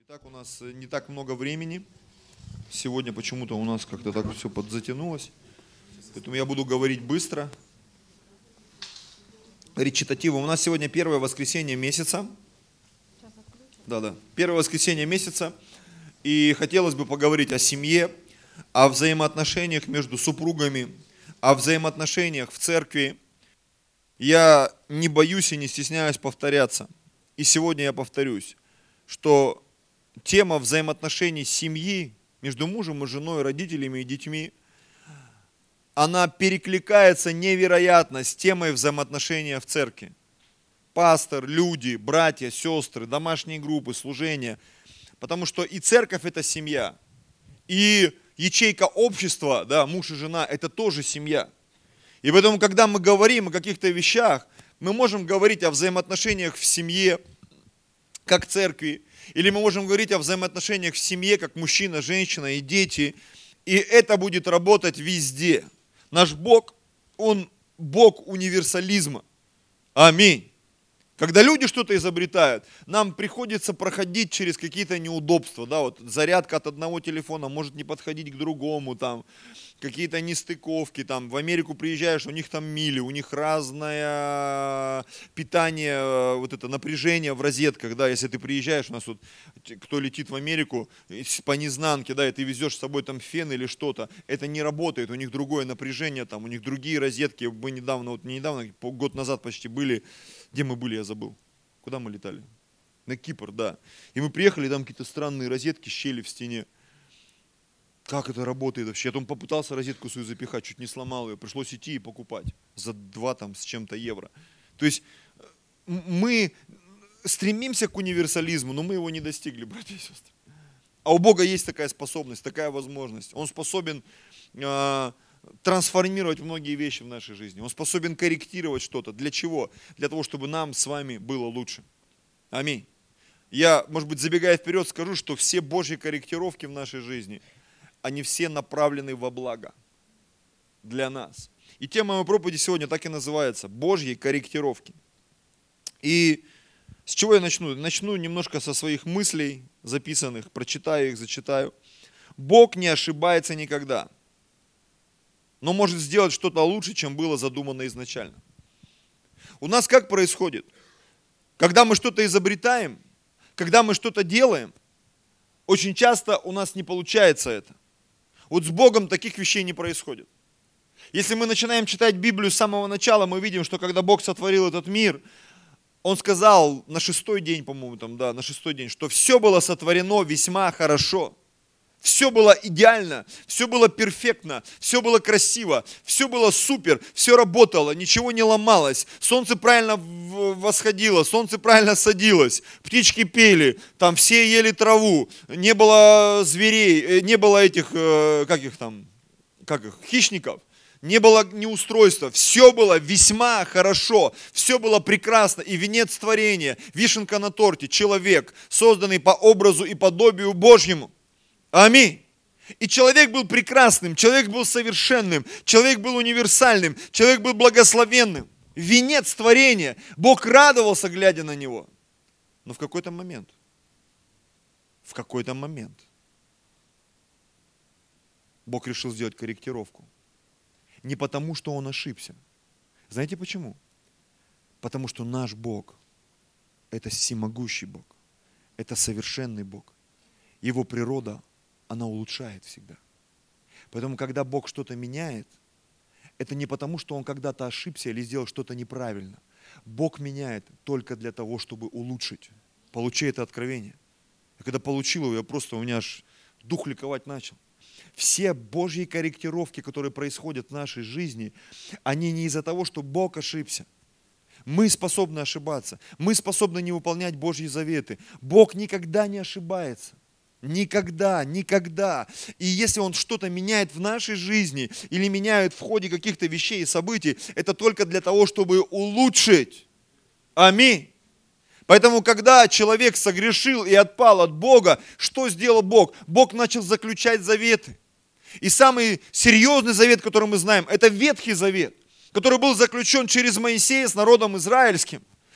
Итак, у нас не так много времени. Сегодня почему-то у нас как-то так все подзатянулось. Поэтому я буду говорить быстро. Речитативом. У нас сегодня первое воскресенье месяца. Да. Первое воскресенье месяца. И хотелось бы поговорить о семье, о взаимоотношениях между супругами, о взаимоотношениях в церкви. Я не боюсь и не стесняюсь повторяться. И сегодня я повторюсь, что тема взаимоотношений семьи между мужем и женой, родителями и детьми, она перекликается невероятно с темой взаимоотношения в церкви. Пастор, люди, братья, сестры, домашние группы, служения. Потому что и церковь – это семья, и ячейка общества, да, муж и жена – это тоже семья. И поэтому, когда мы говорим о каких-то вещах, мы можем говорить о взаимоотношениях в семье, как церкви, или мы можем говорить о взаимоотношениях в семье, как мужчина, женщина и дети, и это будет работать везде. Наш Бог, Он Бог универсализма. Аминь. Когда люди что-то изобретают, нам приходится проходить через какие-то неудобства. Да, вот зарядка от одного телефона может не подходить к другому, там, какие-то нестыковки. Там, в Америку приезжаешь, у них там мили, у них разное питание, вот это напряжение в розетках. Да, если ты приезжаешь, у нас вот, кто летит в Америку по незнанке, да, и ты везешь с собой там фен или что-то, это не работает, у них другое напряжение, там, у них другие розетки. Мы недавно, вот не недавно, год назад почти были. Где мы были, я забыл. Куда мы летали? На Кипр, да. И мы приехали, там какие-то странные розетки, щели в стене. Как это работает вообще? Я там попытался розетку свою запихать, чуть не сломал ее. Пришлось идти и покупать за 2 там с чем-то евро. То есть мы стремимся к универсализму, но мы его не достигли, братья и сестры. А у Бога есть такая способность, такая возможность. Он способен трансформировать многие вещи в нашей жизни. Он способен корректировать что-то. Для чего? Для того, чтобы нам с вами было лучше. Аминь. Я, может быть, забегая вперед, скажу, что все Божьи корректировки в нашей жизни, они все направлены во благо для нас. И тема моей проповеди сегодня так и называется – Божьи корректировки. И с чего я начну? Начну немножко со своих мыслей записанных, прочитаю их, зачитаю. Бог не ошибается никогда, но может сделать что-то лучше, чем было задумано изначально. У нас как происходит? Когда мы что-то изобретаем, когда мы что-то делаем, очень часто у нас не получается это. Вот с Богом таких вещей не происходит. Если мы начинаем читать Библию с самого начала, мы видим, что когда Бог сотворил этот мир, Он сказал на 6-й день, по-моему, на 6-й день, что все было сотворено весьма хорошо. Все было идеально, все было перфектно, все было красиво, все было супер, все работало, ничего не ломалось, солнце правильно восходило, солнце правильно садилось, птички пели, там все ели траву, не было зверей, не было этих, хищников, не было неустройства, все было весьма хорошо, все было прекрасно, и венец творения, вишенка на торте, человек, созданный по образу и подобию Божьему. Аминь. И человек был прекрасным, человек был совершенным, человек был универсальным, человек был благословенным. Венец творения. Бог радовался, глядя на него. Но в какой-то момент Бог решил сделать корректировку. Не потому, что Он ошибся. Знаете почему? Потому что наш Бог – это всемогущий Бог, это совершенный Бог. Его природа – она улучшает всегда. Поэтому, когда Бог что-то меняет, это не потому, что Он когда-то ошибся или сделал что-то неправильно. Бог меняет только для того, чтобы улучшить. Получи это откровение. Я когда получил его, у меня аж дух ликовать начал. Все Божьи корректировки, которые происходят в нашей жизни, они не из-за того, что Бог ошибся. Мы способны ошибаться. Мы способны не выполнять Божьи заветы. Бог никогда не ошибается. Никогда, никогда. И если Он что-то меняет в нашей жизни или меняет в ходе каких-то вещей и событий, это только для того, чтобы улучшить. Аминь. Поэтому, когда человек согрешил и отпал от Бога, что сделал Бог? Бог начал заключать заветы. И самый серьезный завет, который мы знаем, это Ветхий Завет, который был заключен через Моисея с народом израильским.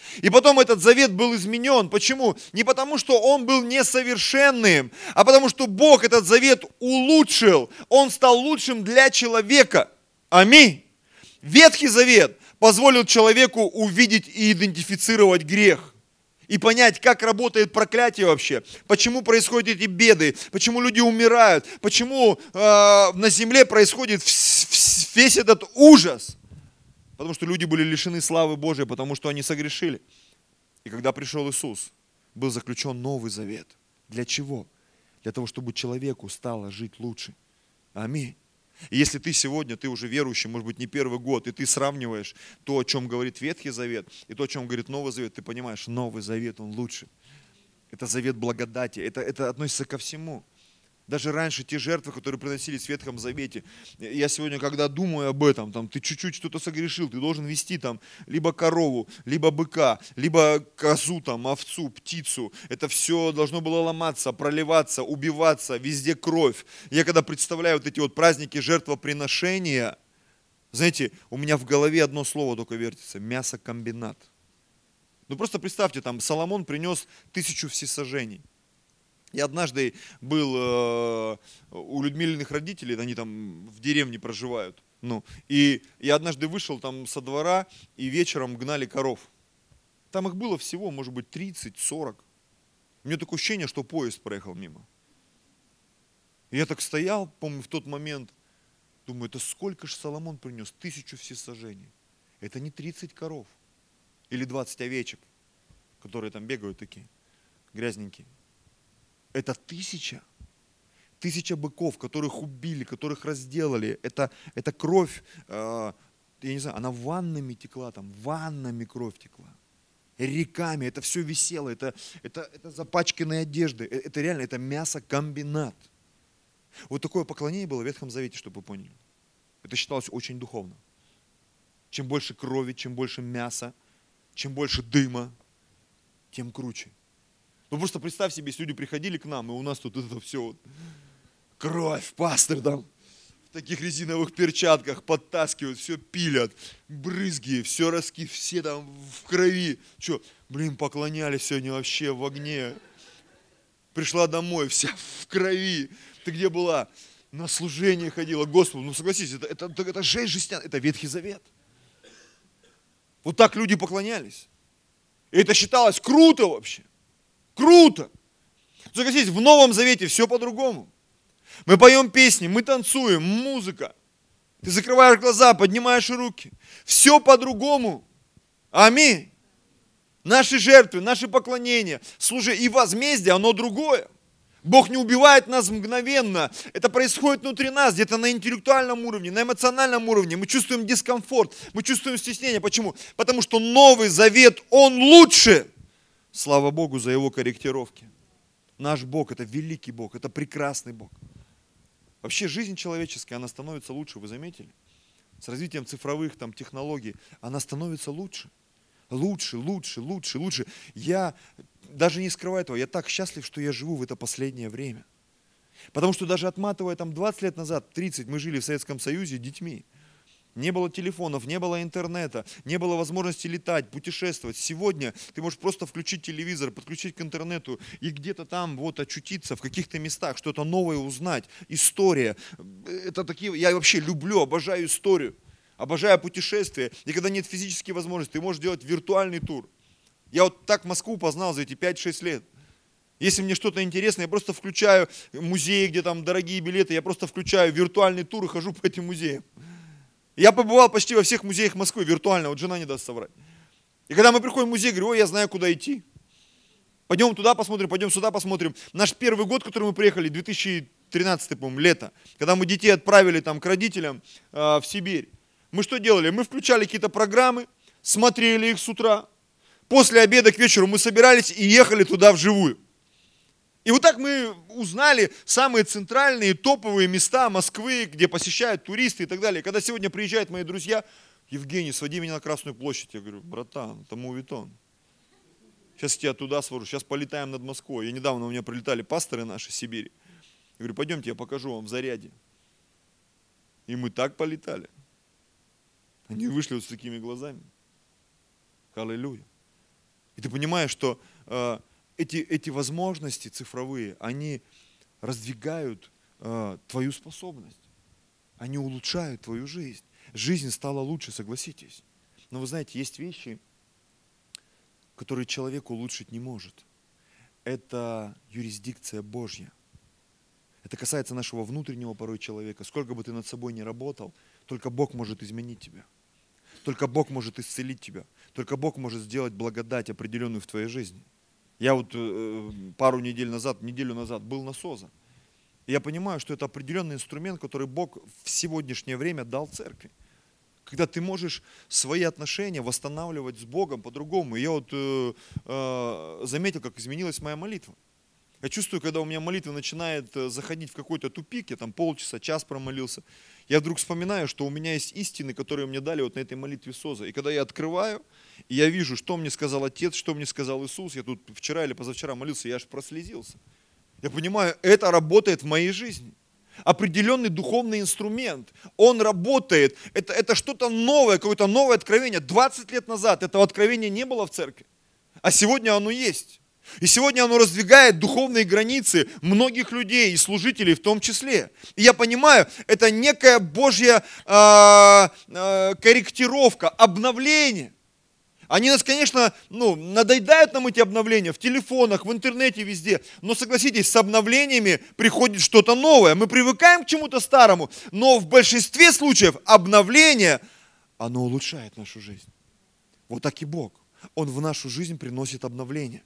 И потом этот завет был изменен. Почему? Не потому, что он был несовершенным, а потому, что Бог этот завет улучшил. Он стал лучшим для человека. Аминь. Ветхий завет позволил человеку увидеть и идентифицировать грех. И понять, как работает проклятие вообще, почему происходят эти беды, почему люди умирают, почему на земле происходит весь этот ужас. Потому что люди были лишены славы Божией, потому что они согрешили. И когда пришел Иисус, был заключен новый завет. Для чего? Для того, чтобы человеку стало жить лучше. Аминь. И если ты сегодня, ты уже верующий, может быть, не первый год, и ты сравниваешь то, о чем говорит Ветхий Завет, и то, о чем говорит Новый Завет, ты понимаешь, Новый Завет, он лучше. Это завет благодати, это относится ко всему. Даже раньше те жертвы, которые приносились в Ветхом Завете, я сегодня, когда думаю об этом, там, ты чуть-чуть что-то согрешил, ты должен вести там либо корову, либо быка, либо козу, там, овцу, птицу. Это все должно было ломаться, проливаться, убиваться, везде кровь. Я когда представляю вот эти вот праздники жертвоприношения, знаете, у меня в голове одно слово только вертится – мясокомбинат. Ну просто представьте, там Соломон принес 1000 всесожжений. Я однажды был у Людмилиных родителей, они там в деревне проживают. Ну, и я однажды вышел там со двора, и вечером гнали коров. Там их было всего, может быть, 30-40. У меня такое ощущение, что поезд проехал мимо. И я так стоял, помню, в тот момент, думаю, это сколько же Соломон принес? 1000 всесожжений. Это не 30 коров. Или 20 овечек, которые там бегают такие, грязненькие. Это 1000 быков, которых убили, которых разделали. Это кровь, я не знаю, она ваннами текла, там ваннами кровь текла. Реками, это все висело, это запачканные одежды. Это реально, это мясокомбинат. Вот такое поклонение было в Ветхом Завете, чтобы вы поняли. Это считалось очень духовно. Чем больше крови, чем больше мяса, чем больше дыма, тем круче. Ну просто представь себе, если люди приходили к нам, и у нас тут это все вот, кровь, пастырь там в таких резиновых перчатках подтаскивают, все пилят, брызги, все там в крови. Че, поклонялись сегодня вообще в огне. Пришла домой, вся в крови. Ты где была? На служение ходила. Господу, ну согласись, это жесть жестян, это Ветхий Завет. Вот так люди поклонялись. И это считалось круто вообще. Круто! Согласитесь, в Новом Завете все по-другому. Мы поем песни, мы танцуем, музыка. Ты закрываешь глаза, поднимаешь руки. Все по-другому. Аминь. Наши жертвы, наши поклонения, служение и возмездие, оно другое. Бог не убивает нас мгновенно. Это происходит внутри нас, где-то на интеллектуальном уровне, на эмоциональном уровне. Мы чувствуем дискомфорт, мы чувствуем стеснение. Почему? Потому что Новый Завет, он лучше. Слава Богу за Его корректировки. Наш Бог – это великий Бог, это прекрасный Бог. Вообще жизнь человеческая, она становится лучше, вы заметили? С развитием цифровых там, технологий она становится лучше. Лучше. Я даже не скрываю этого, я так счастлив, что я живу в это последнее время. Потому что даже отматывая там 20 лет назад, 30, мы жили в Советском Союзе детьми. Не было телефонов, не было интернета, не было возможности летать, путешествовать. Сегодня ты можешь просто включить телевизор, подключить к интернету и где-то там вот очутиться в каких-то местах, что-то новое узнать. История. Это такие, я вообще люблю, обожаю историю, обожаю путешествия. И когда нет физической возможности, ты можешь делать виртуальный тур. Я вот так Москву познал за эти 5-6 лет. Если мне что-то интересно, я просто включаю музеи, где там дорогие билеты, я просто включаю виртуальный тур и хожу по этим музеям. Я побывал почти во всех музеях Москвы виртуально, вот жена не даст соврать. И когда мы приходим в музей, говорю, я знаю, куда идти. Пойдем туда посмотрим, пойдем сюда посмотрим. Наш первый год, который мы приехали, 2013, по-моему, лето, когда мы детей отправили там к родителям в Сибирь. Мы что делали? Мы включали какие-то программы, смотрели их с утра. После обеда к вечеру мы собирались и ехали туда вживую. И вот так мы узнали самые центральные топовые места Москвы, где посещают туристы и так далее. Когда сегодня приезжают мои друзья, Евгений, своди меня на Красную площадь. Я говорю, братан, это мувитон. Сейчас я тебя туда свожу, сейчас полетаем над Москвой. Я недавно у меня прилетали пасторы наши в Сибири. Я говорю, пойдемте, я покажу вам в Заряде. И мы так полетали. Они вышли вот с такими глазами. Аллилуйя. И ты понимаешь, что эти возможности цифровые, они раздвигают твою способность. Они улучшают твою жизнь. Жизнь стала лучше, согласитесь. Но вы знаете, есть вещи, которые человек улучшить не может. Это юрисдикция Божья. Это касается нашего внутреннего порой человека. Сколько бы ты над собой ни работал, только Бог может изменить тебя. Только Бог может исцелить тебя. Только Бог может сделать благодать определенную в твоей жизни. Я вот неделю назад был на СОЗа. И я понимаю, что это определенный инструмент, который Бог в сегодняшнее время дал церкви. Когда ты можешь свои отношения восстанавливать с Богом по-другому. И я вот заметил, как изменилась моя молитва. Я чувствую, когда у меня молитва начинает заходить в какой-то тупик, я там полчаса, час промолился, я вдруг вспоминаю, что у меня есть истины, которые мне дали вот на этой молитве СОЗа. И когда я открываю, и я вижу, что мне сказал Отец, что мне сказал Иисус, я тут вчера или позавчера молился, я аж прослезился. Я понимаю, это работает в моей жизни. Определенный духовный инструмент, он работает, это что-то новое, какое-то новое откровение. 20 лет назад этого откровения не было в церкви, а сегодня оно есть. И сегодня оно раздвигает духовные границы многих людей и служителей в том числе. И я понимаю, это некая Божья корректировка, обновление. Они нас, конечно, надоедают нам эти обновления в телефонах, в интернете, везде. Но согласитесь, с обновлениями приходит что-то новое. Мы привыкаем к чему-то старому, но в большинстве случаев обновление, оно улучшает нашу жизнь. Вот так и Бог. Он в нашу жизнь приносит обновление.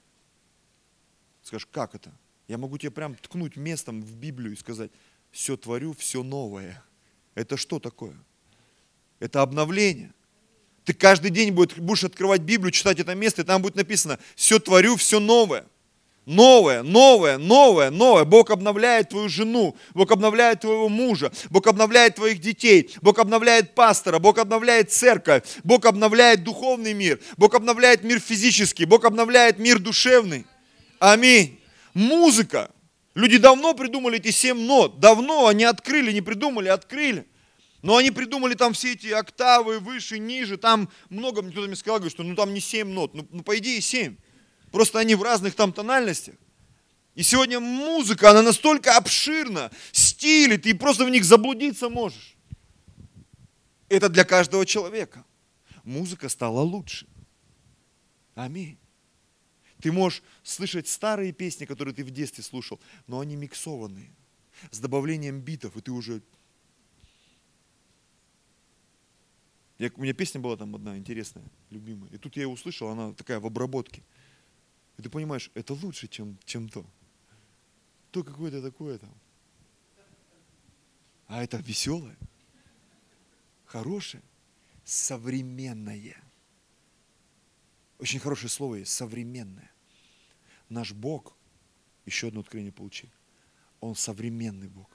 Скажешь, как это? Я могу тебе прям ткнуть местом в Библию и сказать, все творю, все новое. Это что такое? Это обновление. Ты каждый день будешь открывать Библию, читать это место, и там будет написано, все творю, все новое. Новое, новое, новое, новое. Бог обновляет твою жену, Бог обновляет твоего мужа, Бог обновляет твоих детей, Бог обновляет пастора, Бог обновляет церковь, Бог обновляет духовный мир, Бог обновляет мир физический, Бог обновляет мир душевный. Аминь. Музыка. Люди давно придумали эти 7 нот. Давно они открыли, не придумали, открыли. Но они придумали там все эти октавы, выше, ниже. Там много, кто-то мне сказал, говорит, что там не 7 нот. Ну, по идее 7. Просто они в разных там тональностях. И сегодня музыка, она настолько обширна, стили, ты просто в них заблудиться можешь. Это для каждого человека. Музыка стала лучше. Аминь. Ты можешь слышать старые песни, которые ты в детстве слушал, но они миксованные, с добавлением битов, и ты уже... У меня песня была там одна интересная, любимая, и тут я ее услышал, она такая в обработке. И ты понимаешь, это лучше, чем то. То какое-то такое там. А это веселое, хорошее, современное. Очень хорошее слово есть, современное. Наш Бог, еще одно откровение получи, Он современный Бог.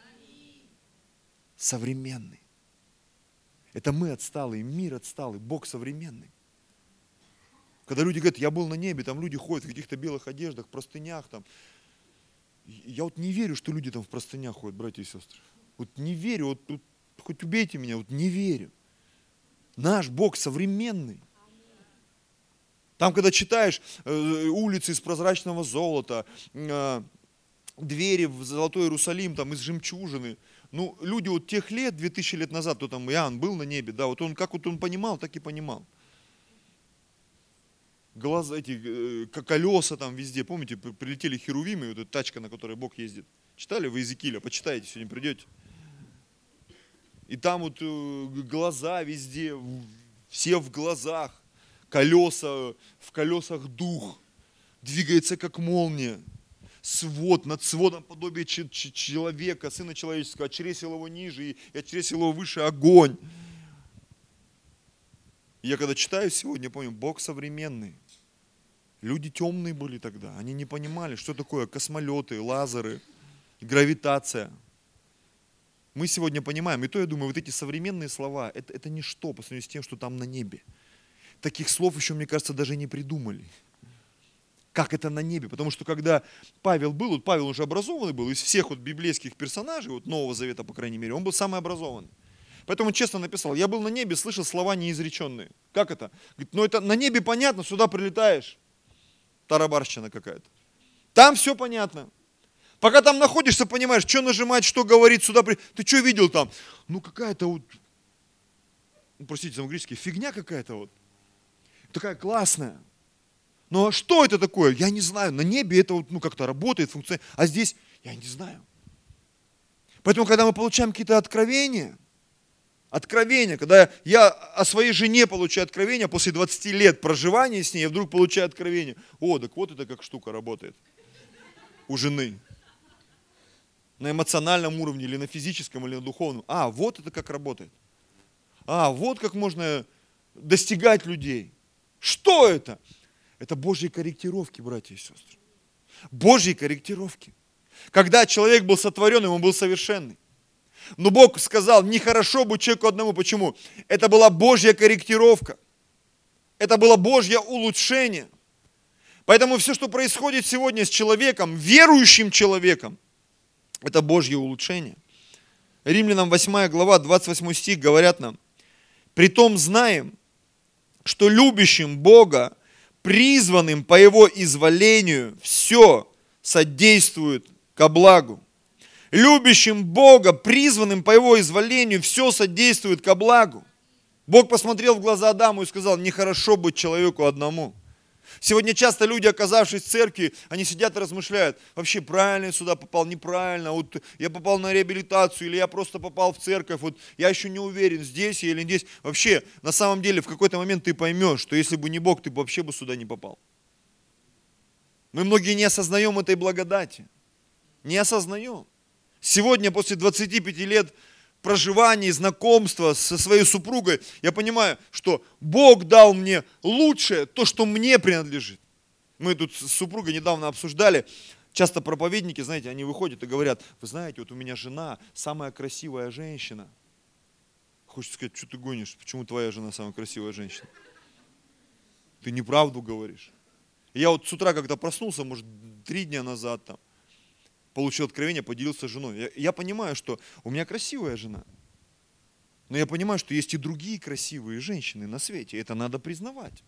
Современный. Это мы отсталые, мир отсталый, Бог современный. Когда люди говорят, я был на небе, там люди ходят в каких-то белых одеждах, простынях там. Я вот не верю, что люди там в простынях ходят, братья и сестры. Вот не верю, вот хоть убейте меня, вот не верю. Наш Бог современный. Там, когда читаешь улицы из прозрачного золота, двери в Золотой Иерусалим там из жемчужины, люди вот тех лет, 2000 лет назад, то там Иоанн был на небе, да, вот он как вот он понимал, так и понимал. Глаза эти, колеса там везде, помните, прилетели херувимы, вот эта тачка, на которой Бог ездит. Читали вы Иезекииля, почитайте, сегодня придете. И там вот глаза везде, все в глазах. Колеса, в колесах дух, двигается как молния, свод, над сводом подобие человека, сына человеческого, от чресел его ниже и от чресел его выше огонь. Я когда читаю сегодня, помню, Бог современный. Люди темные были тогда, они не понимали, что такое космолеты, лазеры, гравитация. Мы сегодня понимаем, и то я думаю, вот эти современные слова, это ничто по сравнению с тем, что там на небе. Таких слов еще, мне кажется, даже не придумали. Как это на небе? Потому что когда Павел был, вот Павел уже образованный был, из всех вот библейских персонажей, вот Нового Завета, по крайней мере, он был самый образованный. Поэтому честно написал, я был на небе, слышал слова неизреченные. Как это? Говорит, ну это на небе понятно, сюда прилетаешь. Тарабарщина какая-то. Там все понятно. Пока там находишься, понимаешь, что нажимать, что говорить, сюда ты что видел там? Ну какая-то вот, ну, простите за английский, фигня какая-то вот. Такая классная. Ну а что это такое? Я не знаю. На небе это вот, ну, как-то работает, функционирует. А здесь я не знаю. Поэтому, когда мы получаем какие-то откровения, когда я о своей жене получаю откровение, после 20 лет проживания с ней, я вдруг получаю откровение. О, так вот это как штука работает у жены. На эмоциональном уровне, или на физическом, или на духовном. А, вот это как работает. А, вот как можно достигать людей. Что это? Это Божьи корректировки, братья и сестры. Божьи корректировки. Когда человек был сотворенным, он был совершенный. Но Бог сказал, нехорошо быть человеку одному. Почему? Это была Божья корректировка. Это было Божье улучшение. Поэтому все, что происходит сегодня с человеком, верующим человеком, это Божье улучшение. Римлянам 8 глава, 28 стих говорят нам, «Притом знаем, что любящим Бога, призванным по Его изволению, все содействует ко благу». Любящим Бога, призванным по Его изволению, все содействует ко благу. Бог посмотрел в глаза Адаму и сказал, нехорошо быть человеку одному. Сегодня часто люди, оказавшись в церкви, они сидят и размышляют, вообще правильно я сюда попал, неправильно, вот я попал на реабилитацию, или я просто попал в церковь, вот я еще не уверен, здесь я или здесь. Вообще, на самом деле, в какой-то момент ты поймешь, что если бы не Бог, ты бы вообще бы сюда не попал. Мы многие не осознаем этой благодати, не осознаем. Сегодня, после 25 лет проживания, знакомства со своей супругой, я понимаю, что Бог дал мне лучшее, то, что мне принадлежит. Мы тут с супругой недавно обсуждали, часто проповедники, знаете, они выходят и говорят, вы знаете, вот у меня жена самая красивая женщина. Хочется сказать, что ты гонишь, почему твоя жена самая красивая женщина? Ты неправду говоришь. И я вот с утра, когда проснулся, может, 3 дня назад там, получил откровение, поделился с женой. Я понимаю, что у меня красивая жена. Но я понимаю, что есть и другие красивые женщины на свете. Это надо признавать.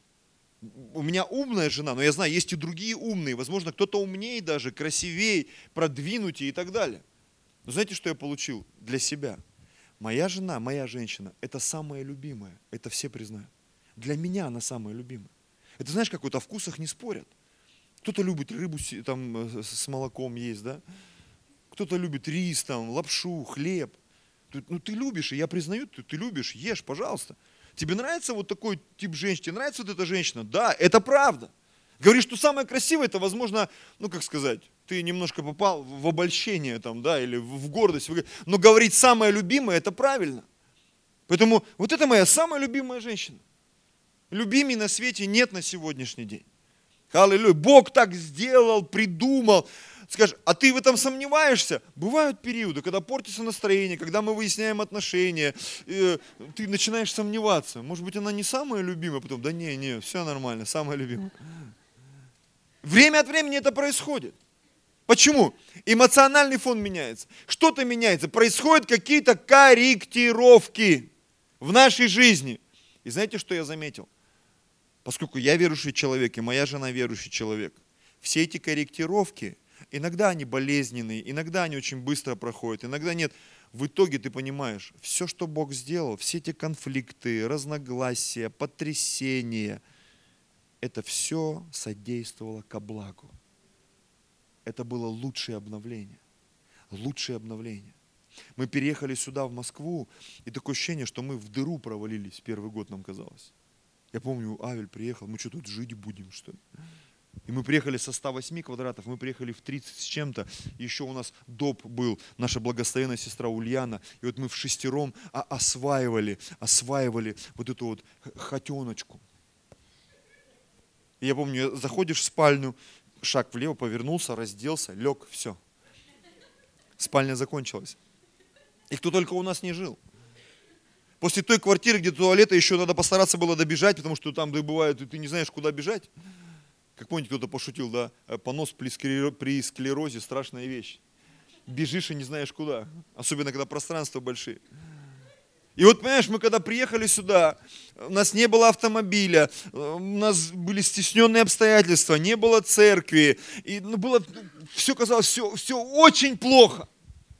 У меня умная жена, но я знаю, есть и другие умные. Возможно, кто-то умнее даже, красивее, продвинутее и так далее. Но знаете, что я получил для себя? Моя жена, моя женщина, это самая любимая. Это все признают. Для меня она самая любимая. Это знаешь, как вот о вкусах не спорят. Кто-то любит рыбу там, с молоком есть, да? Кто-то любит рис, там, лапшу, хлеб. Ну ты любишь, и я признаю, ты любишь, ешь, пожалуйста. Тебе нравится вот такой тип женщины? Тебе нравится вот эта женщина? Да, это правда. Говоришь, что самое красивое, это, возможно, ну как сказать, ты немножко попал в обольщение там, да, или в гордость. Но говорить самое любимое, это правильно. Поэтому вот это моя самая любимая женщина. Любимей на свете нет на сегодняшний день. Аллилуйя. Бог так сделал, придумал. Скажешь, а ты в этом сомневаешься? Бывают периоды, когда портится настроение, когда мы выясняем отношения, ты начинаешь сомневаться. Может быть, она не самая любимая, потом, да не, все нормально, самая любимая. Время от времени это происходит. Почему? Эмоциональный фон меняется. Что-то меняется. Происходят какие-то корректировки в нашей жизни. И знаете, что я заметил? Поскольку я верующий человек, и моя жена верующий человек, все эти корректировки, иногда они болезненные, иногда они очень быстро проходят, иногда нет. В итоге ты понимаешь, все, что Бог сделал, все эти конфликты, разногласия, потрясения, это все содействовало ко благу. Это было лучшее обновление. Лучшее обновление. Мы переехали сюда, в Москву, и такое ощущение, что мы в дыру провалились, первый год нам казалось. Я помню, Авель приехал, мы что, тут жить будем, что ли? И мы приехали со 108 квадратов, мы приехали в 30 с чем-то. Еще у нас доп был, наша благословенная сестра Ульяна. И вот мы в шестером осваивали вот эту вот хотеночку. И я помню, заходишь в спальню, шаг влево, повернулся, разделся, лег, все. Спальня закончилась. И кто только у нас не жил. После той квартиры, где туалета, еще надо постараться было добежать, потому что там бывает, и ты не знаешь, куда бежать. Как помните, кто-то пошутил, да? Понос при склерозе – страшная вещь. Бежишь и не знаешь куда. Особенно, когда пространства большие. И вот, понимаешь, мы когда приехали сюда, у нас не было автомобиля, у нас были стесненные обстоятельства, не было церкви, и было, все казалось, все очень плохо.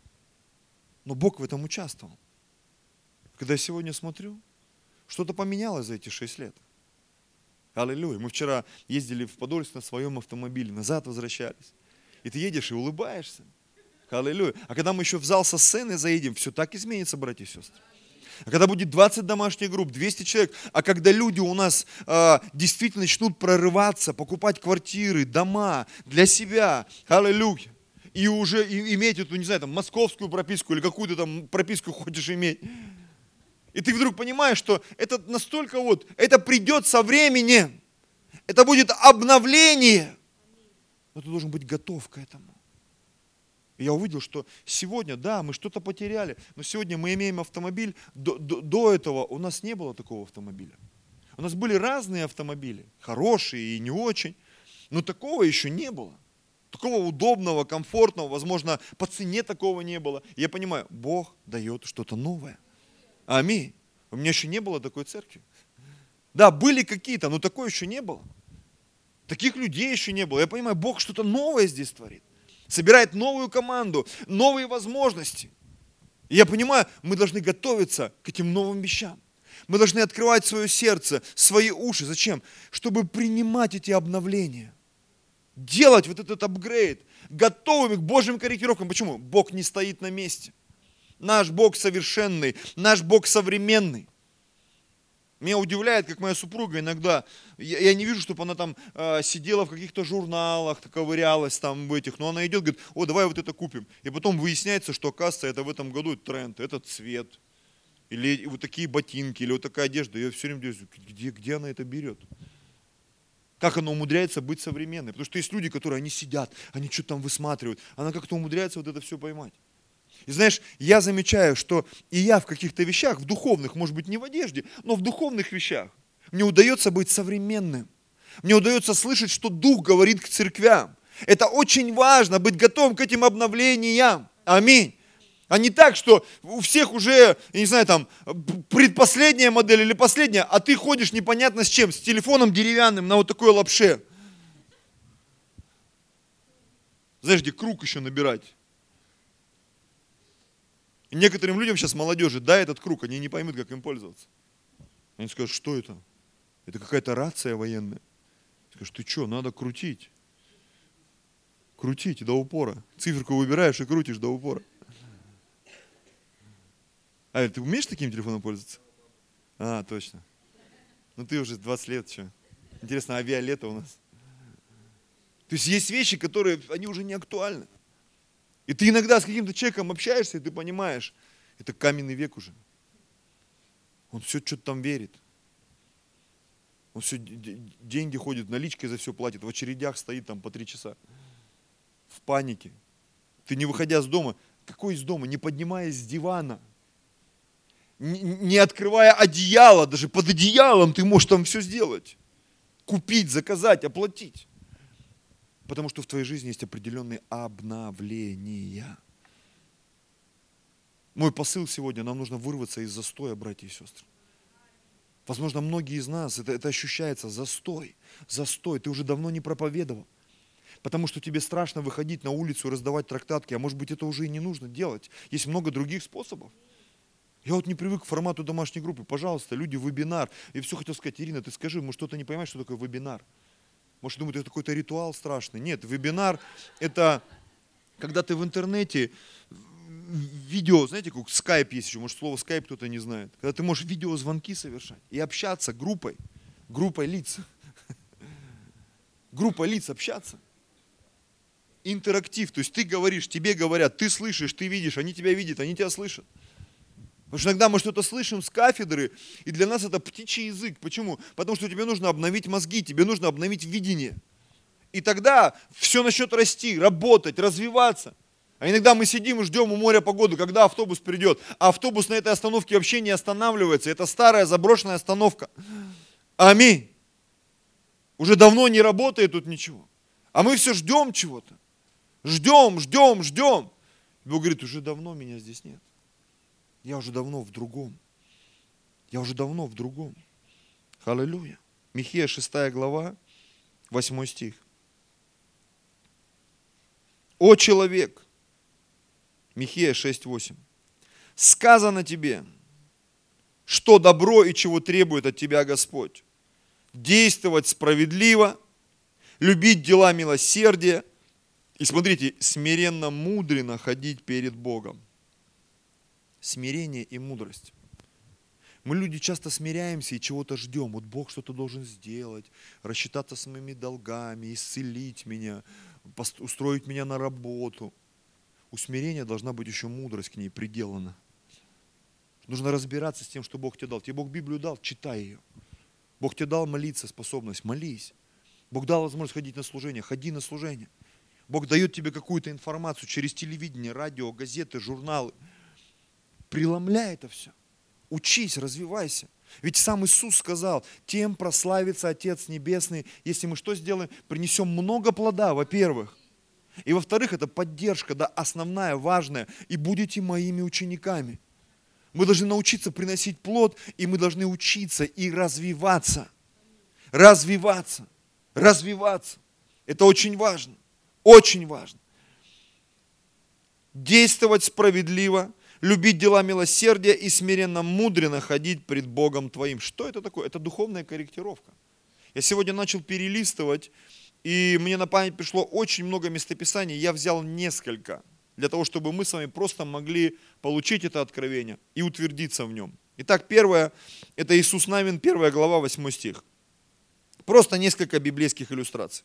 Но Бог в этом участвовал. Когда я сегодня смотрю, что-то поменялось за эти 6 лет. Аллилуйя. Мы вчера ездили в Подольск на своем автомобиле, назад возвращались. И ты едешь и улыбаешься. Аллилуйя. А когда мы еще в зал со сцены заедем, все так изменится, братья и сестры. А когда будет 20 домашних групп, 200 человек, а когда люди у нас действительно начнут прорываться, покупать квартиры, дома для себя, аллилуйя, и уже иметь эту, не знаю, там, московскую прописку или какую-то там прописку хочешь иметь, и ты вдруг понимаешь, что это настолько это придет со временем, это будет обновление, но ты должен быть готов к этому. И я увидел, что сегодня, да, мы что-то потеряли, но сегодня мы имеем автомобиль. До этого у нас не было такого автомобиля. У нас были разные автомобили, хорошие и не очень, но такого еще не было. Такого удобного, комфортного, возможно, по цене такого не было. И я понимаю, Бог дает что-то новое. Аминь. У меня еще не было такой церкви. Да, были какие-то, но такой еще не было. Таких людей еще не было. Я понимаю, Бог что-то новое здесь творит. Собирает новую команду, новые возможности. И я понимаю, мы должны готовиться к этим новым вещам. Мы должны открывать свое сердце, свои уши. Зачем? Чтобы принимать эти обновления. Делать вот этот апгрейд. Готовыми к Божьим корректировкам. Почему? Бог не стоит на месте. Наш Бог совершенный, наш Бог современный. Меня удивляет, как моя супруга иногда, я не вижу, чтобы она там сидела в каких-то журналах, ковырялась там в этих, но она идет, говорит, давай вот это купим. И потом выясняется, что, оказывается, это в этом году тренд, это цвет, или вот такие ботинки, или вот такая одежда. Я все время думаю, где она это берет? Как она умудряется быть современной? Потому что есть люди, которые, они сидят, они что-то там высматривают, она как-то умудряется вот это все поймать. И знаешь, я замечаю, что и я в каких-то вещах, в духовных, может быть, не в одежде, но в духовных вещах, мне удается быть современным. Мне удается слышать, что Дух говорит к церквям. Это очень важно, быть готовым к этим обновлениям. Аминь. А не так, что у всех уже, я не знаю, там, предпоследняя модель или последняя, а ты ходишь непонятно с чем, с телефоном деревянным на вот такой лапше. Знаешь, где круг еще набирать. И некоторым людям сейчас, молодежи, дай этот круг, они не поймут, как им пользоваться. Они скажут, что это? Это какая-то рация военная. Скажут, ты что, надо крутить. Крутить до упора. Циферку выбираешь и крутишь до упора. А ты умеешь таким телефоном пользоваться? А, точно. Ну ты уже 20 лет, что? Интересно, авиалето у нас. То есть есть вещи, которые, они уже не актуальны. И ты иногда с каким-то человеком общаешься, и ты понимаешь, это каменный век уже. Он все что-то там верит. Он все деньги ходит, наличкой за все платит, в очередях стоит там по 3 часа. В панике. Ты не выходя с дома, какой из дома, не поднимаясь с дивана, не открывая одеяло, даже под одеялом ты можешь там все сделать. Купить, заказать, оплатить. Потому что в твоей жизни есть определенные обновления. Мой посыл сегодня, нам нужно вырваться из застоя, братья и сестры. Возможно, многие из нас, это ощущается застой, ты уже давно не проповедовал. Потому что тебе страшно выходить на улицу и раздавать трактатки, а может быть это уже и не нужно делать. Есть много других способов. Я вот не привык к формату домашней группы. Пожалуйста, люди, вебинар. Я все хотел сказать, Ирина, ты скажи, может кто-то не понимает, что такое вебинар? Может, думают, это какой-то ритуал страшный. Нет, вебинар – это когда ты в интернете, видео, знаете, как скайп есть еще, может, слово скайп кто-то не знает. Когда ты можешь видеозвонки совершать и общаться группой лиц. Группой лиц общаться. Интерактив, то есть ты говоришь, тебе говорят, ты слышишь, ты видишь, они тебя видят, они тебя слышат. Потому что иногда мы что-то слышим с кафедры, и для нас это птичий язык. Почему? Потому что тебе нужно обновить мозги, тебе нужно обновить видение. И тогда все начнет расти, работать, развиваться. А иногда мы сидим и ждем у моря погоду, когда автобус придет. А автобус на этой остановке вообще не останавливается. Это старая заброшенная остановка. Аминь. Уже давно не работает тут ничего. А мы все ждем чего-то. Ждем. Бог говорит, уже давно меня здесь нет. Я уже давно в другом. Я уже давно в другом. Аллилуйя. Михея 6 глава, 8 стих. О человек, Михея 6:8. Сказано тебе, что добро и чего требует от тебя Господь. Действовать справедливо, любить дела милосердия и, смотрите, смиренно, мудренно ходить перед Богом. Смирение и мудрость. Мы, люди, часто смиряемся и чего-то ждем. Вот Бог что-то должен сделать, рассчитаться с моими долгами, исцелить меня, устроить меня на работу. У смирения должна быть еще мудрость к ней приделана. Нужно разбираться с тем, что Бог тебе дал. Тебе Бог Библию дал, читай ее. Бог тебе дал молиться, способность, молись. Бог дал возможность ходить на служение, ходи на служение. Бог дает тебе какую-то информацию через телевидение, радио, газеты, журналы. Преломляй это все. Учись, развивайся. Ведь сам Иисус сказал, тем прославится Отец Небесный, если мы что сделаем? Принесем много плода, во-первых. И во-вторых, это поддержка, да, основная, важная. И будете моими учениками. Мы должны научиться приносить плод, и мы должны учиться и развиваться. Развиваться. Развиваться. Это очень важно. Очень важно. Действовать справедливо, любить дела милосердия и смиренно, мудренно ходить пред Богом твоим. Что это такое? Это духовная корректировка. Я сегодня начал перелистывать, и мне на память пришло очень много местописаний. Я взял несколько, для того, чтобы мы с вами просто могли получить это откровение и утвердиться в нем. Итак, первое, это Иисус Навин, 1 глава, 8 стих. Просто несколько библейских иллюстраций.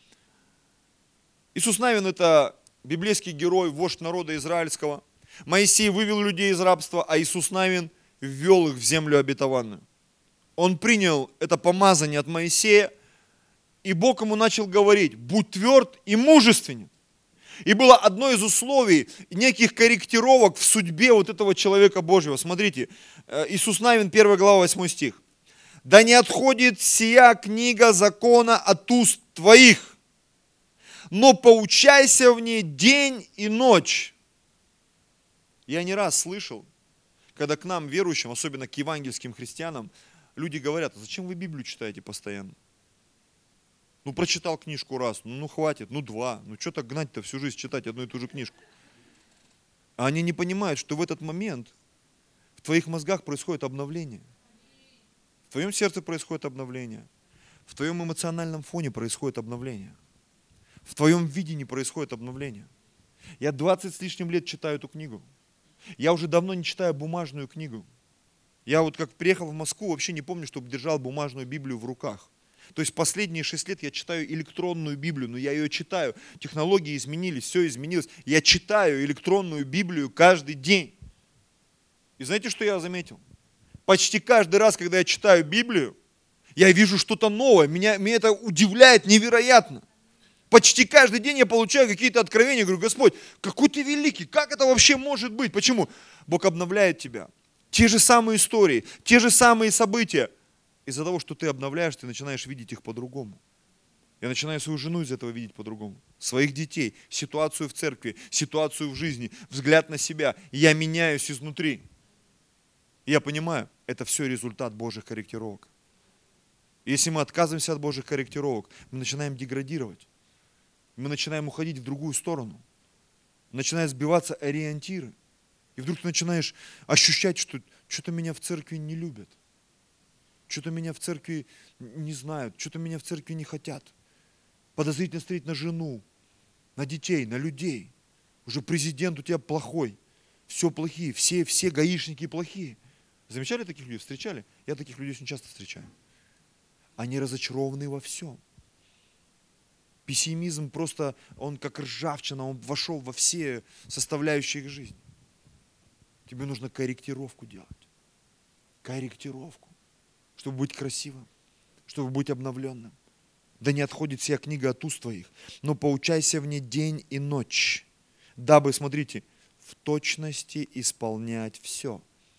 Иисус Навин – это библейский герой, вождь народа израильского. Моисей вывел людей из рабства, а Иисус Навин ввел их в землю обетованную. Он принял это помазание от Моисея, и Бог ему начал говорить: будь тверд и мужественен. И было одно из условий, неких корректировок в судьбе вот этого человека Божьего. Смотрите, Иисус Навин, 1 глава, 8 стих. Да не отходит сия книга закона от уст твоих, но поучайся в ней день и ночь. Я не раз слышал, когда к нам, верующим, особенно к евангельским христианам, люди говорят: а зачем вы Библию читаете постоянно? Ну, прочитал книжку раз, ну хватит, ну два, ну что так гнать-то всю жизнь читать одну и ту же книжку? А они не понимают, что в этот момент в твоих мозгах происходит обновление. В твоем сердце происходит обновление. В твоем эмоциональном фоне происходит обновление. В твоем видении происходит обновление. Я 20 с лишним лет читаю эту книгу. Я уже давно не читаю бумажную книгу. Я вот как приехал в Москву, вообще не помню, чтобы держал бумажную Библию в руках. То есть последние 6 лет я читаю электронную Библию, но я ее читаю. Технологии изменились, все изменилось. Я читаю электронную Библию каждый день. И знаете, что я заметил? Почти каждый раз, когда я читаю Библию, я вижу что-то новое. Меня это удивляет невероятно. Почти каждый день я получаю какие-то откровения. Говорю: Господь, какой ты великий, как это вообще может быть? Почему? Бог обновляет тебя. Те же самые истории, те же самые события. Из-за того, что ты обновляешь, ты начинаешь видеть их по-другому. Я начинаю свою жену из этого видеть по-другому. Своих детей, ситуацию в церкви, ситуацию в жизни, взгляд на себя. И я меняюсь изнутри. И я понимаю, это все результат Божьих корректировок. И если мы отказываемся от Божьих корректировок, мы начинаем деградировать. Мы начинаем уходить в другую сторону. Начинают сбиваться ориентиры. И вдруг ты начинаешь ощущать, что что-то меня в церкви не любят. Что-то меня в церкви не знают, что-то меня в церкви не хотят. Подозрительно смотреть на жену, на детей, на людей. Уже президент у тебя плохой. Все плохие, все гаишники плохие. Замечали таких людей? Встречали? Я таких людей очень часто встречаю. Они разочарованы во всем. Пессимизм просто, он как ржавчина, он вошел во все составляющие их жизни. Тебе нужно корректировку делать. Корректировку. Чтобы быть красивым, чтобы быть обновленным. Да не отходит сия книга от уст твоих, но поучайся в ней день и ночь, дабы, смотрите, в точности исполнять все.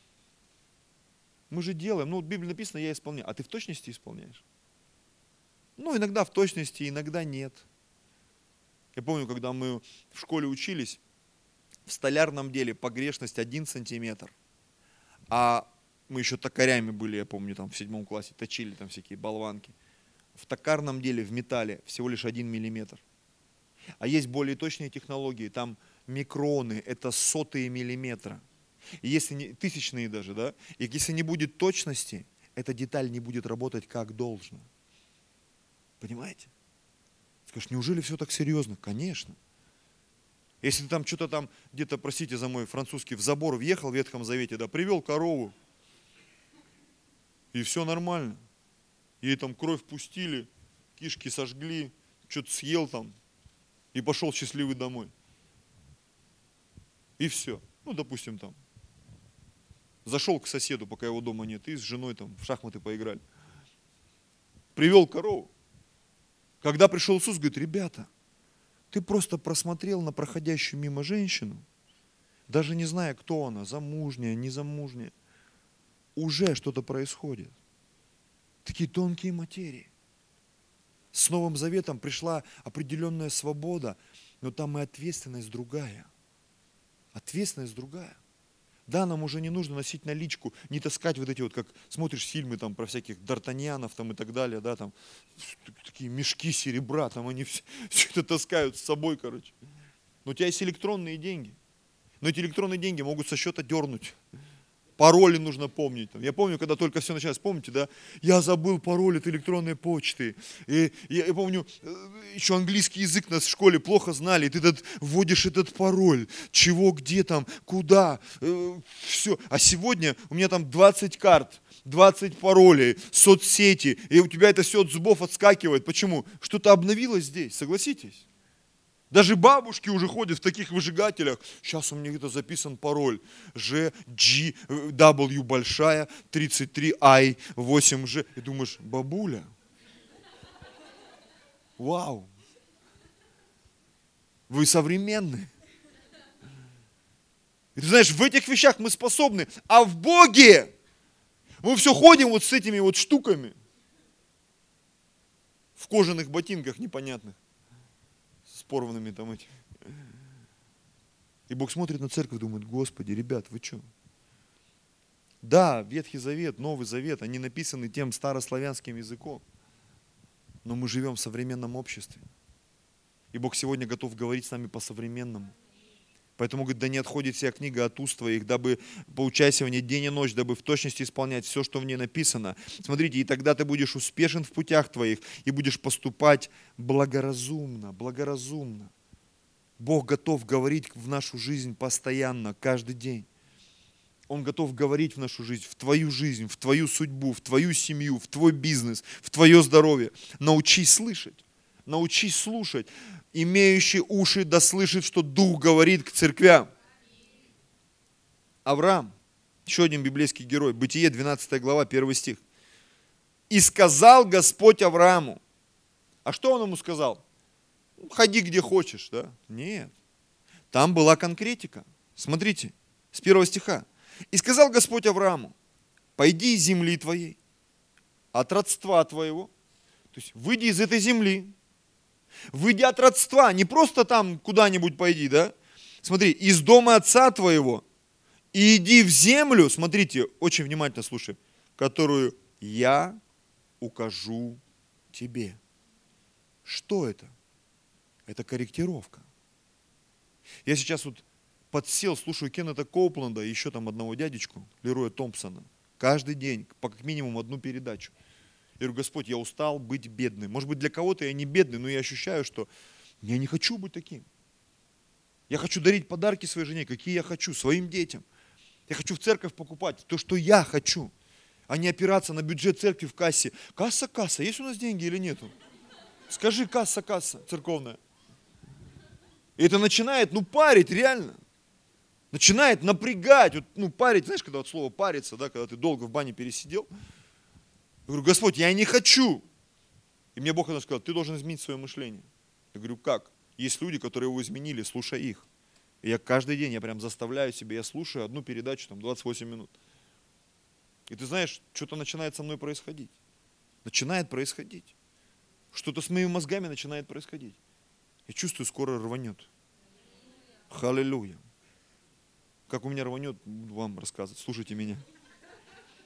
Мы же делаем, ну в Библии написано: я исполняю, а ты в точности исполняешь? Ну иногда в точности, иногда нет. Я помню, когда мы в школе учились, в столярном деле погрешность 1 сантиметр, а Мы еще токарями были, я помню, там в 7 классе, точили там всякие болванки. В токарном деле, в металле, всего лишь 1 миллиметр. А есть более точные технологии, там микроны, это сотые миллиметра. И если не, тысячные даже, да, и если не будет точности, эта деталь не будет работать как должно. Понимаете? Скажешь, неужели все так серьезно? Конечно. Если ты там что-то там, где-то, простите за мой французский, в забор въехал в Ветхом Завете, да, привел корову, и все нормально. Ей там кровь пустили, кишки сожгли, что-то съел там, и пошел счастливый домой. И все. Ну, допустим, там. Зашел к соседу, пока его дома нет, и с женой там в шахматы поиграли. Привел корову. Когда пришел Иисус, говорит, ребята, ты просто просмотрел на проходящую мимо женщину, даже не зная, кто она, замужняя, незамужняя, уже что-то происходит. Такие тонкие материи. С Новым Заветом пришла определенная свобода, но там и ответственность другая. Ответственность другая. Да, нам уже не нужно носить наличку, не таскать вот эти вот, как смотришь фильмы там про всяких д'Артаньянов там и так далее, да, там такие мешки серебра, там они все это таскают с собой, короче. Но у тебя есть электронные деньги. Но эти электронные деньги могут со счета дернуть. Пароли нужно помнить. Я помню, когда только все началось, помните, да? Я забыл пароль от электронной почты. И я помню, еще английский язык нас в школе плохо знали. И ты вводишь этот пароль. Чего, где там, куда. Все. А сегодня у меня там 20 карт, 20 паролей, соцсети. И у тебя это все от зубов отскакивает. Почему? Что-то обновилось здесь, согласитесь? Даже бабушки уже ходят в таких выжигателях. Сейчас у меня где-то записан пароль. GW большая, 33I, 8G. И думаешь, бабуля, вау, вы современны. И ты знаешь, в этих вещах мы способны, а в Боге мы все ходим вот с этими вот штуками. В кожаных ботинках непонятных. С порванными там этими. И Бог смотрит на церковь и думает, Господи, ребят, вы что? Да, Ветхий Завет, Новый Завет, они написаны тем старославянским языком. Но мы живем в современном обществе. И Бог сегодня готов говорить с нами по-современному. Поэтому, говорит, да не отходит вся книга от уст твоих, дабы поучайся в ней день и ночь, дабы в точности исполнять все, что в ней написано. Смотрите, и тогда ты будешь успешен в путях твоих и будешь поступать благоразумно, благоразумно. Бог готов говорить в нашу жизнь постоянно, каждый день. Он готов говорить в нашу жизнь, в твою судьбу, в твою семью, в твой бизнес, в твое здоровье. Научись слышать, научись слушать. Имеющий уши да слышит, что Дух говорит к церквям. Авраам, еще один библейский герой, Бытие, 12 глава, 1 стих. «И сказал Господь Аврааму». А что он ему сказал? Ходи где хочешь, да? Нет. Там была конкретика. Смотрите, с 1 стиха. «И сказал Господь Аврааму, пойди из земли твоей, от родства твоего». То есть выйди из этой земли. Выйди от родства, не просто там куда-нибудь пойди, да? Смотри, из дома отца твоего и иди в землю, смотрите, очень внимательно слушай, которую я укажу тебе. Что это? Это корректировка. Я сейчас вот подсел, слушаю Кеннета Коупленда и еще там одного дядечку, Лероя Томпсона. Каждый день, по как минимум одну передачу. Я говорю, Господь, я устал быть бедным. Может быть, для кого-то я не бедный, но я ощущаю, что я не хочу быть таким. Я хочу дарить подарки своей жене, какие я хочу, своим детям. Я хочу в церковь покупать то, что я хочу, а не опираться на бюджет церкви в кассе. Касса, есть у нас деньги или нету? Скажи, касса, церковная. И это начинает, парить реально. Начинает напрягать, парить, знаешь, когда вот слово париться, да, когда ты долго в бане пересидел. Я говорю, Господь, я не хочу. И мне Бог сказал, ты должен изменить свое мышление. Я говорю, как? Есть люди, которые его изменили, слушай их. И я каждый день, я прям заставляю себя, я слушаю одну передачу, 28 минут. И ты знаешь, что-то начинает со мной происходить. Начинает происходить. Что-то с моими мозгами начинает происходить. Я чувствую, скоро рванет. Халилюя. Как у меня рванет, буду вам рассказывать. Слушайте меня.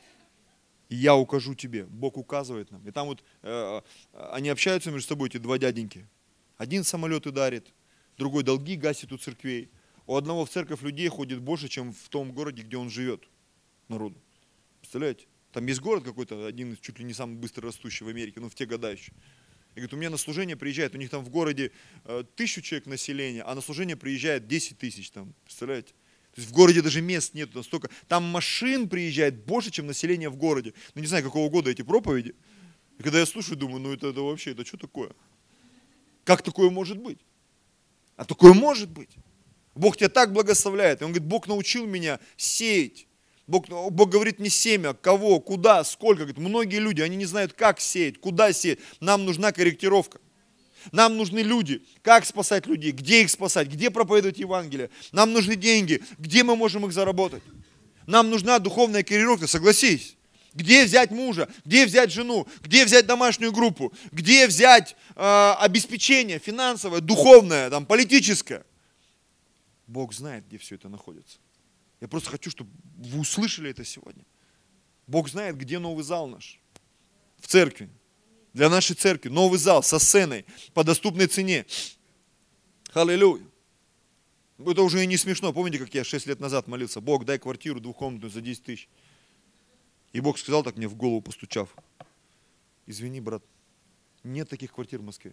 И я укажу тебе. Бог указывает нам. И там вот они общаются между собой, эти два дяденьки. Один самолеты дарит, другой долги гасит у церквей. У одного в церковь людей ходит больше, чем в том городе, где он живет, народу. Представляете? Там есть город какой-то, один из чуть ли не самый быстро растущий в Америке, в те года еще. И говорит, у меня на служение приезжает, у них там в городе 1000 человек населения, а на служение приезжает 10 тысяч там, представляете? То есть в городе даже мест нет настолько. Там машин приезжает больше, чем население в городе. Не знаю, какого года эти проповеди. И когда я слушаю, думаю, это вообще, это что такое? Как такое может быть? А такое может быть. Бог тебя так благословляет. И он говорит, Бог научил меня сеять. Бог говорит не семя, кого, куда, сколько. Говорит, многие люди, они не знают, как сеять, куда сеять. Нам нужна корректировка. Нам нужны люди. Как спасать людей, где их спасать, где проповедовать Евангелие. Нам нужны деньги, где мы можем их заработать. Нам нужна духовная корректировка, согласись. Где взять мужа, где взять жену, где взять домашнюю группу, где взять обеспечение финансовое, духовное, политическое. Бог знает, где все это находится. Я просто хочу, чтобы вы услышали это сегодня. Бог знает, где новый зал наш. В церкви. Для нашей церкви. Новый зал со сценой по доступной цене. Аллилуйя. Это уже и не смешно. Помните, как я 6 лет назад молился? Бог, дай квартиру двухкомнатную за 10 тысяч. И Бог сказал так мне в голову постучав. Извини, брат, нет таких квартир в Москве.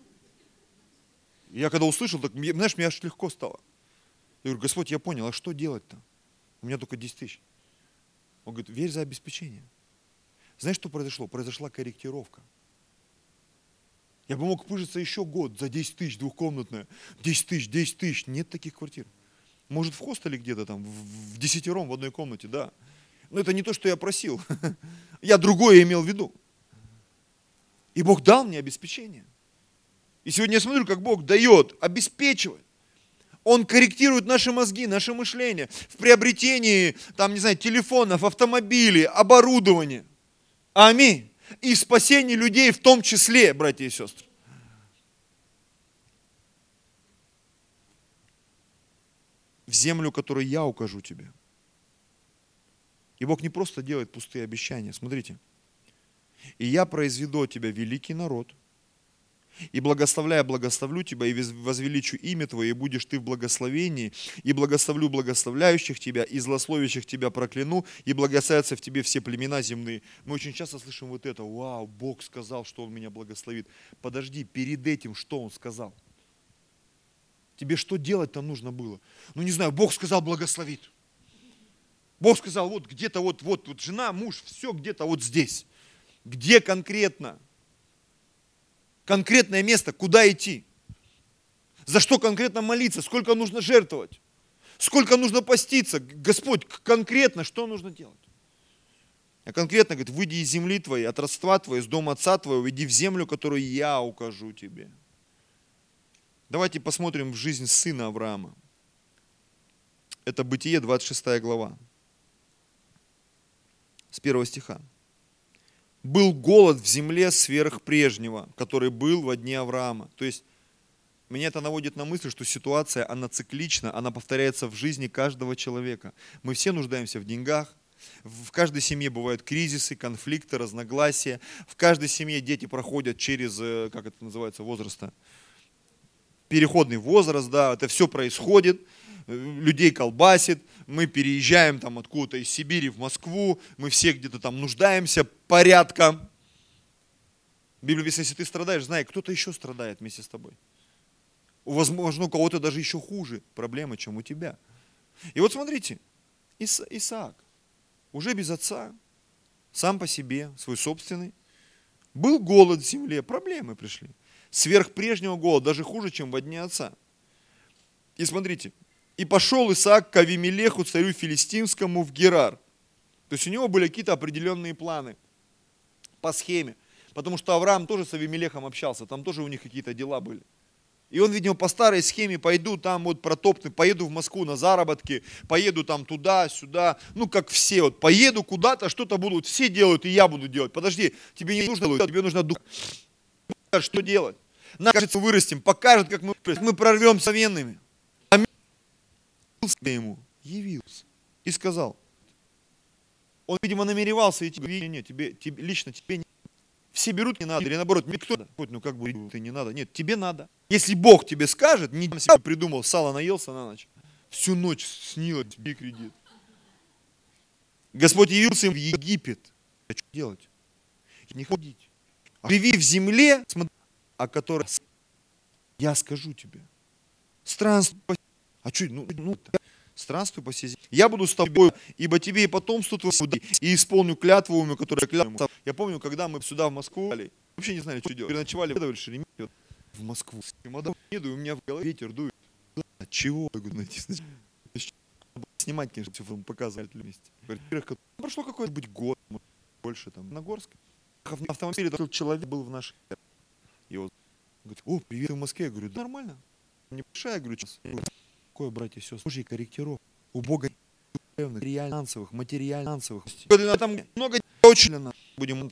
И я когда услышал, так, знаешь, мне аж легко стало. Я говорю, Господь, я понял, а что делать-то? У меня только 10 тысяч. Он говорит, верь за обеспечение. Знаешь, что произошло? Произошла корректировка. Я бы мог пыжиться еще год за 10 тысяч, двухкомнатная. 10 тысяч. Нет таких квартир. Может, в хостеле где-то там, в 10-ром в одной комнате, да. Но это не то, что я просил. Я другое имел в виду. И Бог дал мне обеспечение. И сегодня я смотрю, как Бог дает, обеспечивает. Он корректирует наши мозги, наше мышление в приобретении, телефонов, автомобилей, оборудования. Аминь. И в спасении людей в том числе, братья и сестры. В землю, которую я укажу тебе. И Бог не просто делает пустые обещания. Смотрите. И я произведу от тебя великий народ. И благословляя, благословлю тебя, и возвеличу имя твое, и будешь ты в благословении, и благословлю благословляющих тебя, и злословящих тебя прокляну, и благословятся в тебе все племена земные. Мы очень часто слышим вот это, вау, Бог сказал, что Он меня благословит. Подожди, перед этим что Он сказал? Тебе что делать-то нужно было? Не знаю, Бог сказал благословит. Бог сказал, вот где-то вот жена, муж, все где-то вот здесь. Где конкретно? Конкретное место, куда идти, за что конкретно молиться, сколько нужно жертвовать, сколько нужно поститься. Господь, конкретно что нужно делать? А конкретно говорит, выйди из земли твоей, от родства твоего, из дома отца твоего, иди в землю, которую я укажу тебе. Давайте посмотрим в жизнь сына Авраама. Это Бытие, 26 глава, с 1 стиха. Был голод в земле сверх прежнего, который был во дни Авраама. То есть, меня это наводит на мысль, что ситуация, она циклична, она повторяется в жизни каждого человека. Мы все нуждаемся в деньгах, в каждой семье бывают кризисы, конфликты, разногласия. В каждой семье дети проходят через, как это называется, возраста, переходный возраст, да, это все происходит. Людей колбасит, мы переезжаем откуда-то из Сибири в Москву, мы все где-то там нуждаемся порядком. Библия пишет, если ты страдаешь, знай, кто-то еще страдает вместе с тобой. Возможно, у кого-то даже еще хуже проблемы, чем у тебя. И вот смотрите, Исаак, уже без отца, сам по себе, свой собственный, был голод в земле, проблемы пришли. Сверх прежнего голода, даже хуже, чем во дни отца. И смотрите, и пошел Исаак к Авимелеху, царю филистимскому, в Герар. То есть у него были какие-то определенные планы по схеме. Потому что Авраам тоже с Авимелехом общался, там тоже у них какие-то дела были. И он, видимо, по старой схеме, пойду там протопны, поеду в Москву на заработки, поеду там туда, сюда, как все, поеду куда-то, что-то будут, все делают, и я буду делать. Подожди, тебе не нужно делать, тебе нужно дух. Что делать? Нам, кажется, вырастем, покажет, как мы прорвемся военными. Ему явился и сказал, Он, видимо, намеревался идти. Нет, лично тебе не. Все берут, не надо. Или наоборот, мне кто-то, ну как бы ты не надо. Нет, тебе надо. Если Бог тебе скажет, не себе придумал, сало наелся на ночь, всю ночь снилось тебе кредит. Господь явился им в Египет. А что делать? Не ходить. Живи в земле, о которой я скажу тебе. Странствуй. А что, странствуй по сей земле. Я буду с тобой, ибо тебе и потомству твоему, и исполню клятву, которую я клятву. Я помню, когда мы сюда в Москву, вообще не знали, что делать. Переночевали в Москву. Еду, и у меня в голове ветер дует. От чего? Я говорю, снимать, конечно, все показывать вместе. Прошло какой-нибудь год, больше там, на Горске. В автомобиле тот человек был в нашей. Его говорит, о, привет, в Москве. Я говорю, да нормально. Небольшая, я говорю, сейчас. Какое, братья и сестры? Божьей корректировки. У Бога материально-финансовых. Там много очень будем.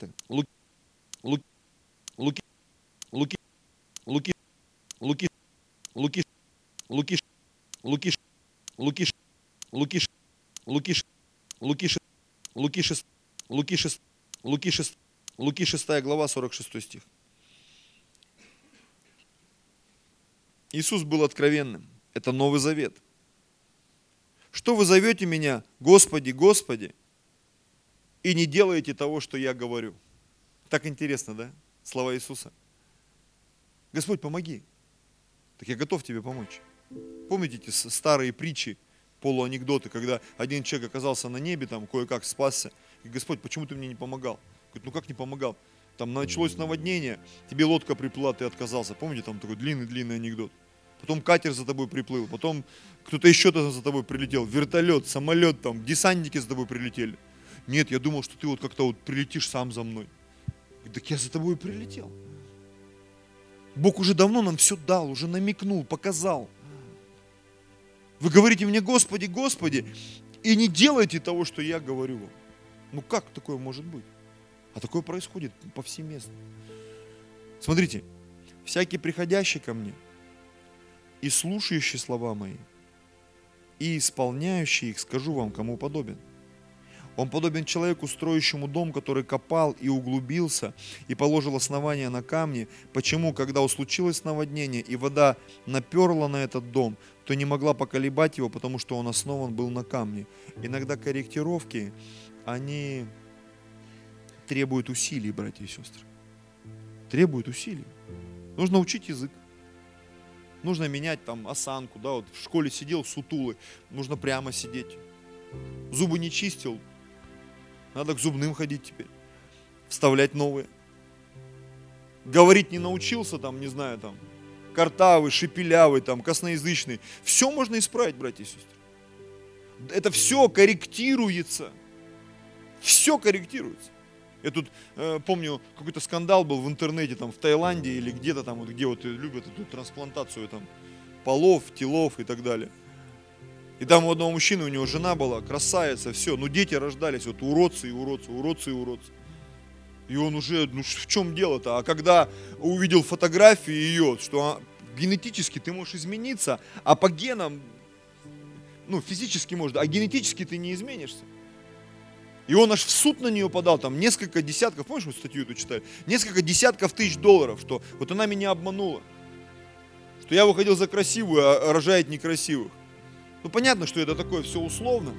Луки 6 глава, 46 стих. Иисус был откровенным. Это Новый Завет. Что вы зовете меня, Господи, Господи, и не делаете того, что я говорю? Так интересно, да? Слова Иисуса. Господь, помоги. Так я готов тебе помочь. Помните эти старые притчи, полуанекдоты, когда один человек оказался на небе, там кое-как спасся. И Господь, почему ты мне не помогал? Говорит, ну как не помогал? Там началось наводнение, тебе лодка приплыла, ты отказался. Помните, там такой длинный-длинный анекдот. Потом катер за тобой приплыл, потом кто-то еще за тобой прилетел, вертолет, самолет, там, десантники за тобой прилетели. Нет, я думал, что ты вот как-то вот прилетишь сам за мной. Так я за тобой прилетел. Бог уже давно нам все дал, уже намекнул, показал. Вы говорите мне, Господи, Господи, и не делайте того, что я говорю вам. Ну как такое может быть? А такое происходит повсеместно. Смотрите, всякий приходящий ко мне и слушающий слова мои, и исполняющий их, скажу вам, кому подобен. Он подобен человеку, строящему дом, который копал и углубился, и положил основание на камни. Почему, когда случилось наводнение, и вода наперла на этот дом, то не могла поколебать его, потому что он основан был на камне. Иногда корректировки, они требуют усилий, братья и сестры. Требуют усилий. Нужно учить язык. Нужно менять там осанку, да, вот в школе сидел сутулый, нужно прямо сидеть. Зубы не чистил, надо к зубным ходить теперь, вставлять новые. Говорить не научился, там, не знаю, там, картавый, шепелявый, там, косноязычный. Все можно исправить, братья и сестры. Это все корректируется. Все корректируется. Я тут помню, какой-то скандал был в интернете, там, в Таиланде или где-то там, вот, где вот любят эту трансплантацию там, полов, телов и так далее. И там у одного мужчины, у него жена была, красавица, все, но дети рождались, вот уродцы и уродцы, уродцы и уродцы. И он уже, ну в чем дело-то? А когда увидел фотографии ее, что генетически ты можешь измениться, а по генам, ну физически может, а генетически ты не изменишься. И он аж в суд на нее подал, там несколько десятков, помнишь, мы статью эту читали? Несколько десятков тысяч долларов, что вот она меня обманула. Что я выходил за красивую, а рожает некрасивых. Ну понятно, что это такое все условно.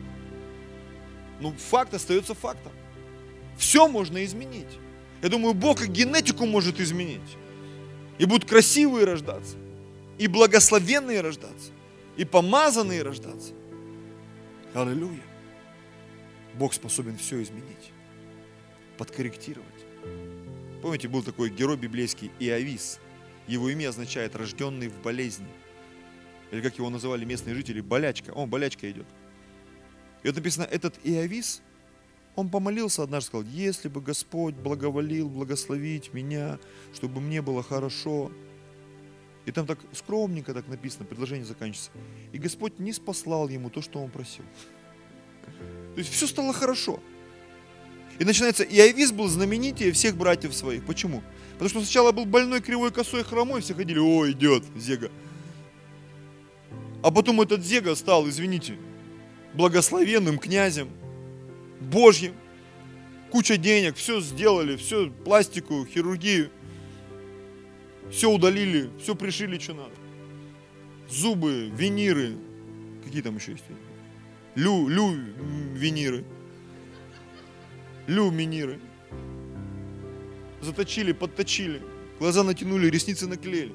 Но факт остается фактом. Все можно изменить. Я думаю, Бог и генетику может изменить. И будут красивые рождаться. И благословенные рождаться. И помазанные рождаться. Аллилуйя. Бог способен все изменить, подкорректировать. Помните, был такой герой библейский Иовис. Его имя означает «рожденный в болезни». Или как его называли местные жители, болячка. Болячка идет. И вот написано, этот Иовис, он помолился однажды, сказал, если бы Господь благоволил благословить меня, чтобы мне было хорошо. И там так скромненько так написано, предложение заканчивается. И Господь не спаслал ему то, что он просил. То есть все стало хорошо. И начинается, Иовис был знаменитее всех братьев своих. Почему? Потому что сначала был больной, кривой, косой, хромой, все ходили, идет Зега. А потом этот Зега стал, извините, благословенным князем, Божьим, куча денег, все сделали, все, пластику, хирургию, все удалили, все пришили, что надо. Зубы, виниры, какие там еще есть? Виниры, миниры. Заточили, подточили, глаза натянули, ресницы наклеили.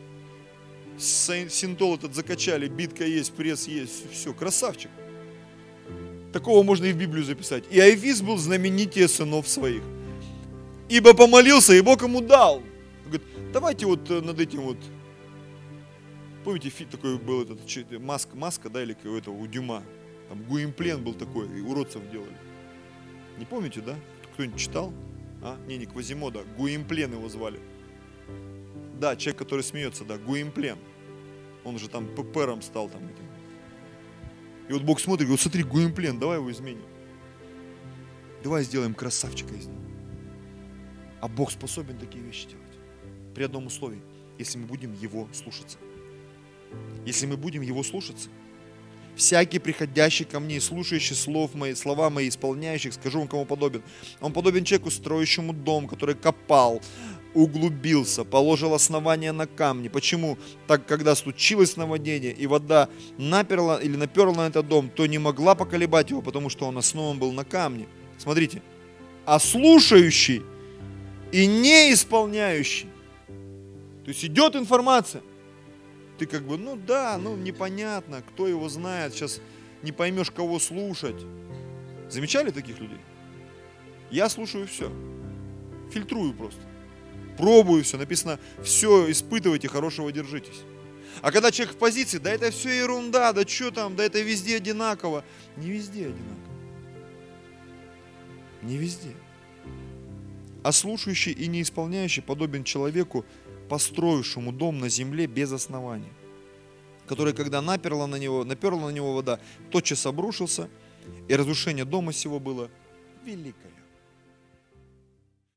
Синтол этот закачали, битка есть, пресс есть, все, красавчик. Такого можно и в Библию записать. И Иофис был знаменитее сынов своих. Ибо помолился, и Бог ему дал. Он говорит, давайте вот над этим вот, помните, такой был этот, маска, да, или у этого, у Дюма. Там Гуимплен был такой, и уродцев делали. Не помните, да? Кто-нибудь читал? Не Квазимода, Гуимплен его звали. Да, человек, который смеется, да, Гуимплен. Он же там ППРом стал там этим. И вот Бог смотрит, говорит, смотри, Гуимплен, давай его изменим. Давай сделаем красавчика из него. А Бог способен такие вещи делать. При одном условии, если мы будем Его слушаться. Если мы будем Его слушаться, всякий приходящий ко мне, слушающий слова мои, исполняющих, скажу вам, кому подобен. Он подобен человеку, строящему дом, который копал, углубился, положил основание на камни. Почему? Так, когда случилось наводнение, и вода наперла на этот дом, то не могла поколебать его, потому что он основан был на камне. Смотрите. А слушающий и не исполняющий. То есть идет информация. Ты как бы, непонятно, кто его знает, сейчас не поймешь, кого слушать. Замечали таких людей? Я слушаю все. Фильтрую просто. Пробую все. Написано, все испытывайте, хорошего держитесь. А когда человек в позиции, да это все ерунда, да что там, да это везде одинаково. Не везде одинаково. Не везде. А слушающий и не исполняющий подобен человеку, построившему дом на земле без основания, который, когда наперла на него вода, тотчас обрушился, и разрушение дома сего было великое.